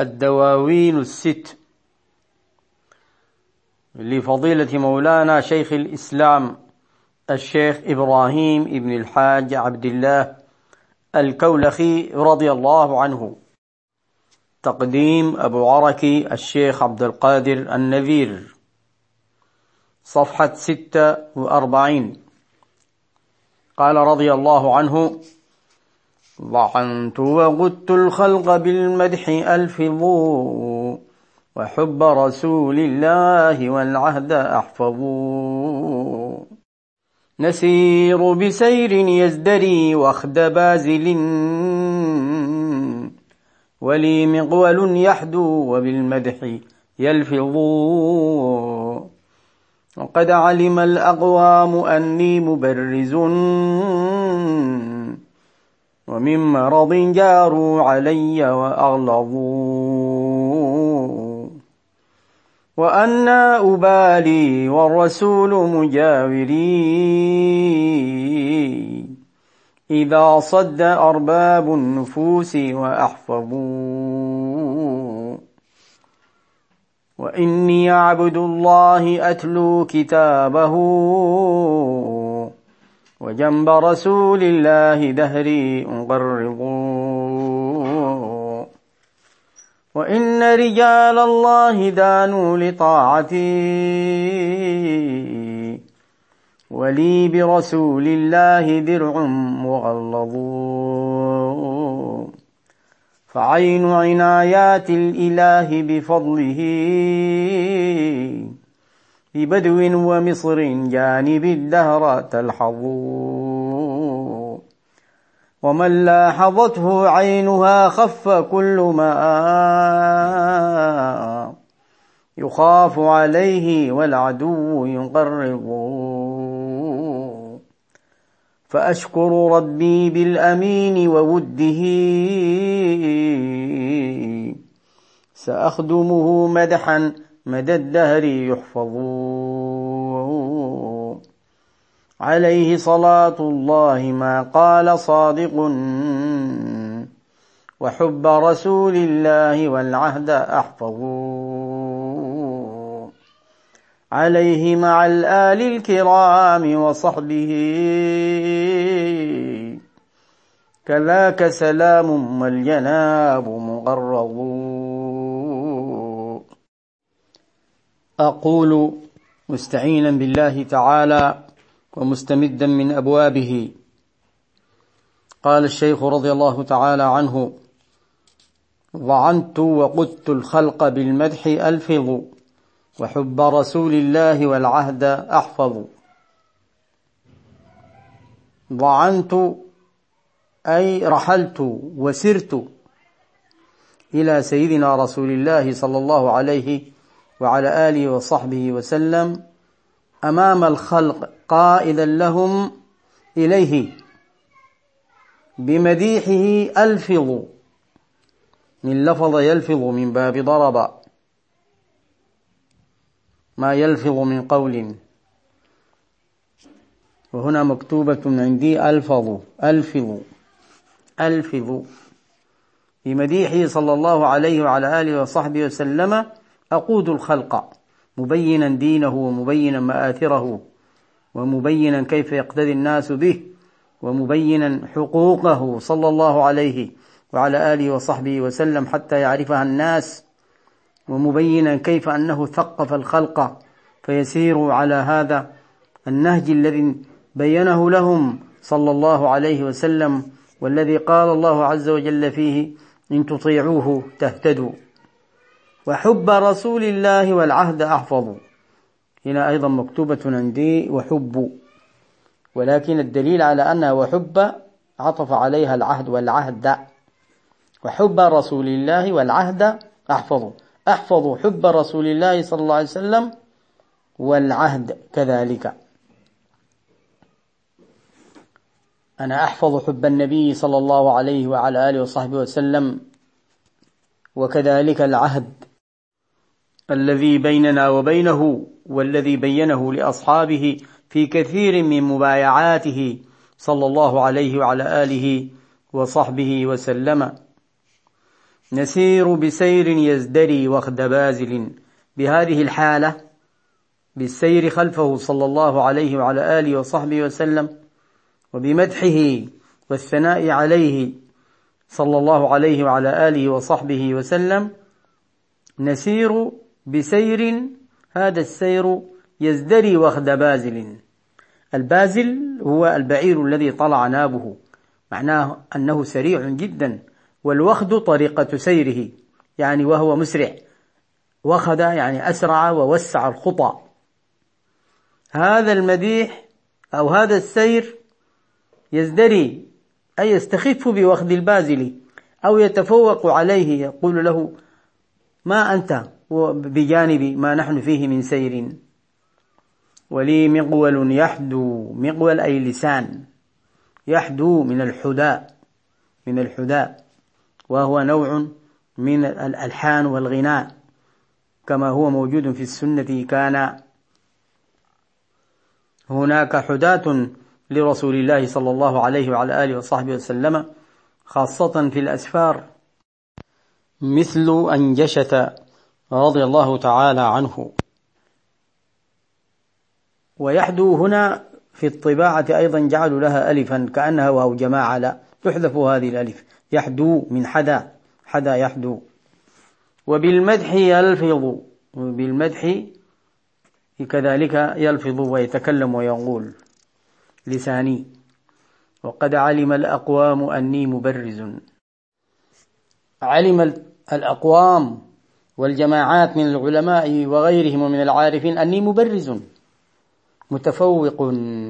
الدواوين الست لفضيلة مولانا شيخ الإسلام الشيخ إبراهيم ابن الحاج عبد الله الكولخي رضي الله عنه. تقديم أبو عركي الشيخ عبد القادر النذير، صفحة 46. قال رضي الله عنه: ضعنت وغدت الخلق بالمدح ألفظوا، وحب رسول الله والعهد أحفظوا. نسير بسير يزدري واخد بازل، ولي مغول يحدو وبالمدح يلفظ. وقد علم الأقوام أني مبرز، ومن مرض جاروا علي وأغلظوا. وأنا أبالي والرسول مجاوري، إذا صد أرباب النفوس وأحفظوا. وإني عبد الله أتلو كتابه، وجنب رسول الله دهري أقرض. وإن رجال الله دانوا لطاعتي، ولي برسول الله درع مغلظ. فعين عنايات الإله بفضله، ببدو ومصر جانب الدهر تلحظ. ومن لاحظته عينها خف كل ما يخاف عليه والعدو يقرض. فأشكر ربي بالأمين ووده، سأخدمه مدحا مدى الدهر يحفظ. عليه صلاة الله ما قال صادق، وحب رسول الله والعهد أحفظ. عليه مع الآل الكرام وصحبه، كذاك سلام والجناب مغرض. أقول مستعينا بالله تعالى ومستمدا من أبوابه. قال الشيخ رضي الله تعالى عنه: ضعنت وقدت الخلق بالمدح ألفظ، وحب رسول الله والعهد أحفظ. ضعنت أي رحلت وسرت إلى سيدنا رسول الله صلى الله عليه وعلى آله وصحبه وسلم أمام الخلق، قائدا لهم إليه بمديحه ألفظ، من لفظ يلفظ من باب ضرب، ما يلفظ من قول. وهنا مكتوبة عندي ألفظ بمديحه صلى الله عليه وعلى آله وصحبه وسلم أقود الخلق، مبينا دينه ومبينا مآثره، ومبينا كيف يقتدي الناس به، ومبينا حقوقه صلى الله عليه وعلى آله وصحبه وسلم حتى يعرفها الناس، ومبينا كيف أنه ثقف الخلق فيسيروا على هذا النهج الذي بينه لهم صلى الله عليه وسلم، والذي قال الله عز وجل فيه: إن تطيعوه تهتدوا. وحب رسول الله والعهد أحفظ، هنا أيضا مكتوبة عندي وحب، ولكن الدليل على أنها وحب عطف عليها العهد والعهد. وحب رسول الله والعهد أحفظ، أحفظ حب رسول الله صلى الله عليه وسلم والعهد كذلك. أنا أحفظ حب النبي صلى الله عليه وعلى آله وصحبه وسلم، وكذلك العهد الذي بيننا وبينه، والذي بينه لأصحابه في كثير من مبايعاته صلى الله عليه وعلى آله وصحبه وسلم. نسير بسير يزدري وخد بازل. بهذه الحالة، بالسير خلفه صلى الله عليه وعلى آله وصحبه وسلم، وبمدحه والثناء عليه صلى الله عليه وعلى آله وصحبه وسلم، نسير بسير، هذا السير يزدري وخد بازل. البازل هو البعير الذي طلع نابه، معناه أنه سريع جدا، والوخد طريقة سيره، يعني وهو مسرع. وخد يعني أسرع ووسع الخطى. هذا المديح أو هذا السير يزدري أي يستخف بوخد البازل، أو يتفوق عليه، يقول له ما أنت بجانب ما نحن فيه من سير. ولي مقول يحدو، مقول أي لسان، يحدو من الحداء، وهو نوع من الألحان والغناء، كما هو موجود في السنة. كان هناك حداة لرسول الله صلى الله عليه وعلى آله وصحبه وسلم، خاصة في الأسفار، مثل أنجشة رضي الله تعالى عنه. ويحدو هنا في الطباعة أيضا جعلوا لها ألفا كأنها واو جماعة، لا، تحذف هذه الألف. يحدو من حدا، حدا يحدو. وبالمدح يلفظ، بالمدح كذلك يلفظ ويتكلم ويقول لساني. وقد علم الأقوام أني مبرز. علم الأقوام والجماعات من العلماء وغيرهم ومن العارفين أني مبرز، متفوق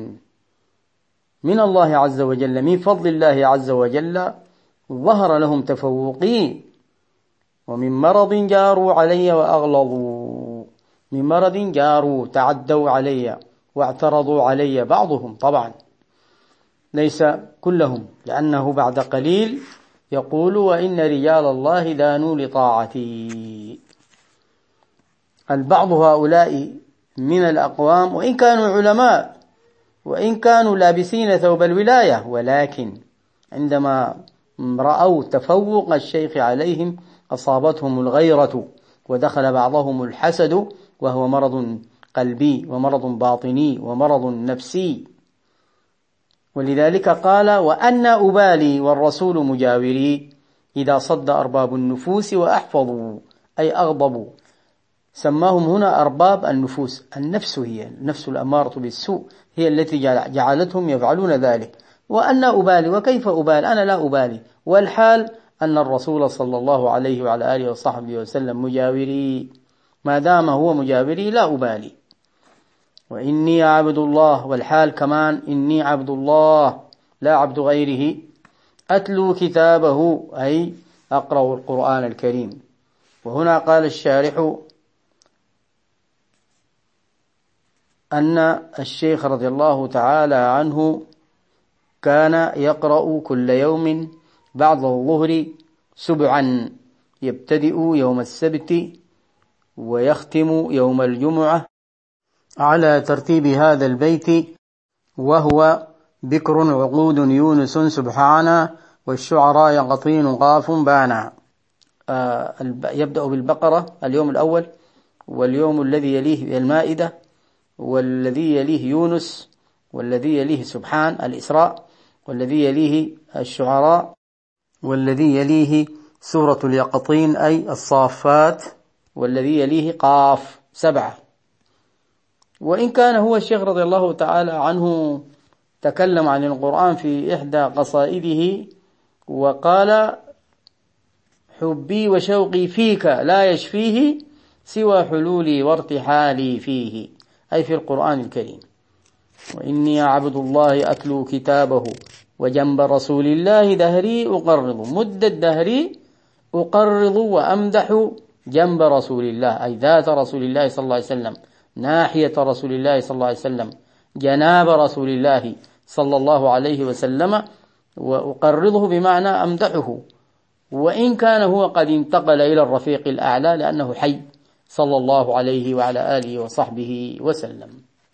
من الله عز وجل، من فضل الله عز وجل ظهر لهم تفوقي. ومن مرض جاروا علي وأغلظوا، من مرض جاروا تعدوا علي واعترضوا علي، بعضهم طبعا ليس كلهم، لأنه بعد قليل يقول وإن رجال الله دانوا لطاعتي. البعض هؤلاء من الأقوام وإن كانوا علماء وإن كانوا لابسين ثوب الولاية، ولكن عندما رأوا تفوق الشيخ عليهم أصابتهم الغيرة، ودخل بعضهم الحسد، وهو مرض قلبي ومرض باطني ومرض نفسي. ولذلك قال وأنا أبالي والرسول مجاوري إذا صد أرباب النفوس وأحفظوا، أي أغضبوا. سماهم هنا أرباب النفوس، النفس هي النفس الأمارة بالسوء، هي التي جعلتهم يفعلون ذلك. وأنا أبالي، وكيف أبالي؟ أنا لا أبالي، والحال أن الرسول صلى الله عليه وعلى آله وصحبه وسلم مجاوري، ما دام هو مجاوري لا أبالي. وإني عبد الله، والحال كمان إني عبد الله لا عبد غيره، أتلو كتابه أي أقرأ القرآن الكريم. وهنا قال الشارح أن الشيخ رضي الله تعالى عنه كان يقرأ كل يوم بعد الظهر سبعا، يبتدئ يوم السبت ويختم يوم الجمعة، على ترتيب هذا البيت، وهو بكر عقود يونس سبحانا والشعراء يقطين قاف بانا. يبدأ بالبقرة اليوم الأول، واليوم الذي يليه المائدة، والذي يليه يونس، والذي يليه سبحان الإسراء، والذي يليه الشعراء، والذي يليه سورة اليقطين أي الصافات، والذي يليه قاف، 7. وإن كان هو الشيخ رضي الله تعالى عنه تكلم عن القرآن في إحدى قصائده وقال حبي وشوقي فيك لا يشفيه سوى حلولي وارتحالي فيه، أي في القرآن الكريم. وإني عبد الله أتلو كتابه وجنب رسول الله دهري أقرض، مدة دهري أقرض وأمدح جنب رسول الله، أي ذات رسول الله صلى الله عليه وسلم، ناحية رسول الله صلى الله عليه وسلم، جناب رسول الله صلى الله عليه وسلم، وأقرضه بمعنى أمدحه، وإن كان هو قد انتقل إلى الرفيق الأعلى لأنه حي صلى الله عليه وعلى آله وصحبه وسلم.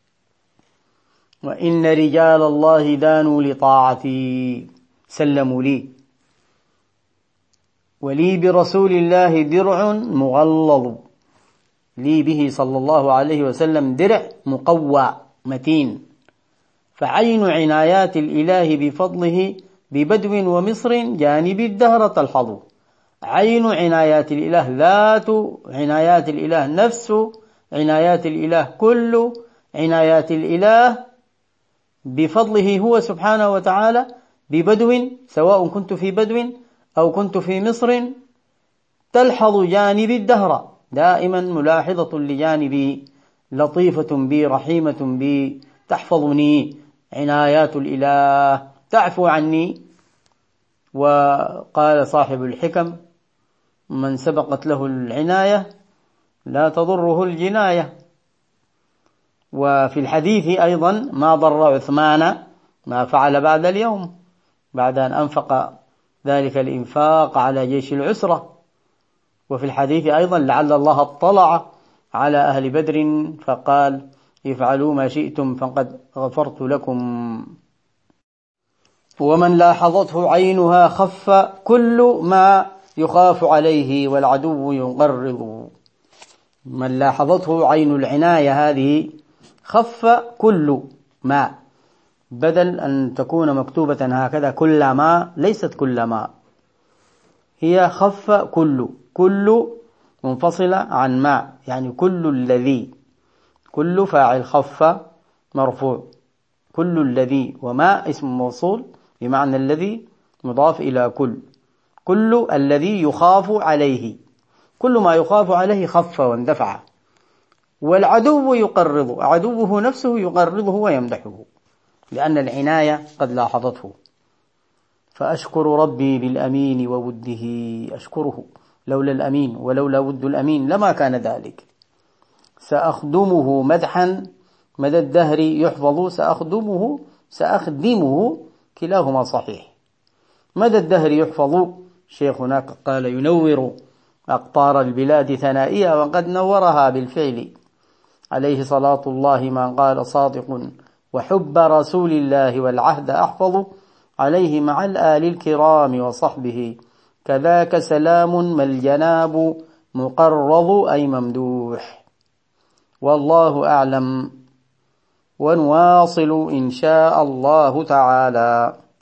وإن رجال الله دانوا لطاعتي، سلموا لي. ولي برسول الله درع مغلظ، لي به صلى الله عليه وسلم درع مقوى متين. فعين عنايات الإله بفضله ببدو ومصر جانب الدهر تلحظ. عين عنايات الإله، ذات عنايات الإله، نفس عنايات الإله، كل عنايات الإله بفضله هو سبحانه وتعالى ببدو، سواء كنت في بدو أو كنت في مصر، تلحظ جانب الدهر، دائما ملاحظة لجانبي، لطيفة بي، رحيمة بي، تحفظني عنايات الإله، تعفو عني. وقال صاحب الحكم: من سبقت له العناية لا تضره الجناية. وفي الحديث أيضا: ما ضر عثمان ما فعل بعد اليوم، بعد أن أنفق ذلك الإنفاق على جيش العسرة. وفي الحديث أيضا: لعل الله اطلع على أهل بدر فقال: افعلوا ما شئتم فقد غفرت لكم. ومن لاحظته عينها خف كل ما يخاف عليه والعدو يقرض. من لاحظته عين العناية هذه خف كل ما، بدل أن تكون مكتوبة هكذا كل ما، ليست كل ما، هي خف كل، كل منفصلة عن ما، يعني كل الذي، كل فاعل خف مرفوع، كل الذي، وما اسم موصول بمعنى الذي مضاف إلى كل، كل الذي يخاف عليه، كل ما يخاف عليه خف واندفع. والعدو يقرضه، عدوه نفسه يقرضه ويمدحه، لأن العناية قد لاحظته. فأشكر ربي بالأمين ووده، أشكره، لولا الأمين ولولا ود الأمين لما كان ذلك. سأخدمه مدحا مدى الدهر يحفظ، سأخدمه، سأخدمه، كلاهما صحيح. مدى الدهر يحفظ، شيخنا قال: ينور أقطار البلاد ثنائية، وقد نورها بالفعل. عليه صلاة الله ما قال صادق: وحب رسول الله والعهد أحفظ، عليه مع الآل الكرام وصحبه، كذاك سلام ما الجناب مقرض أي ممدوح. والله أعلم، ونواصل إن شاء الله تعالى.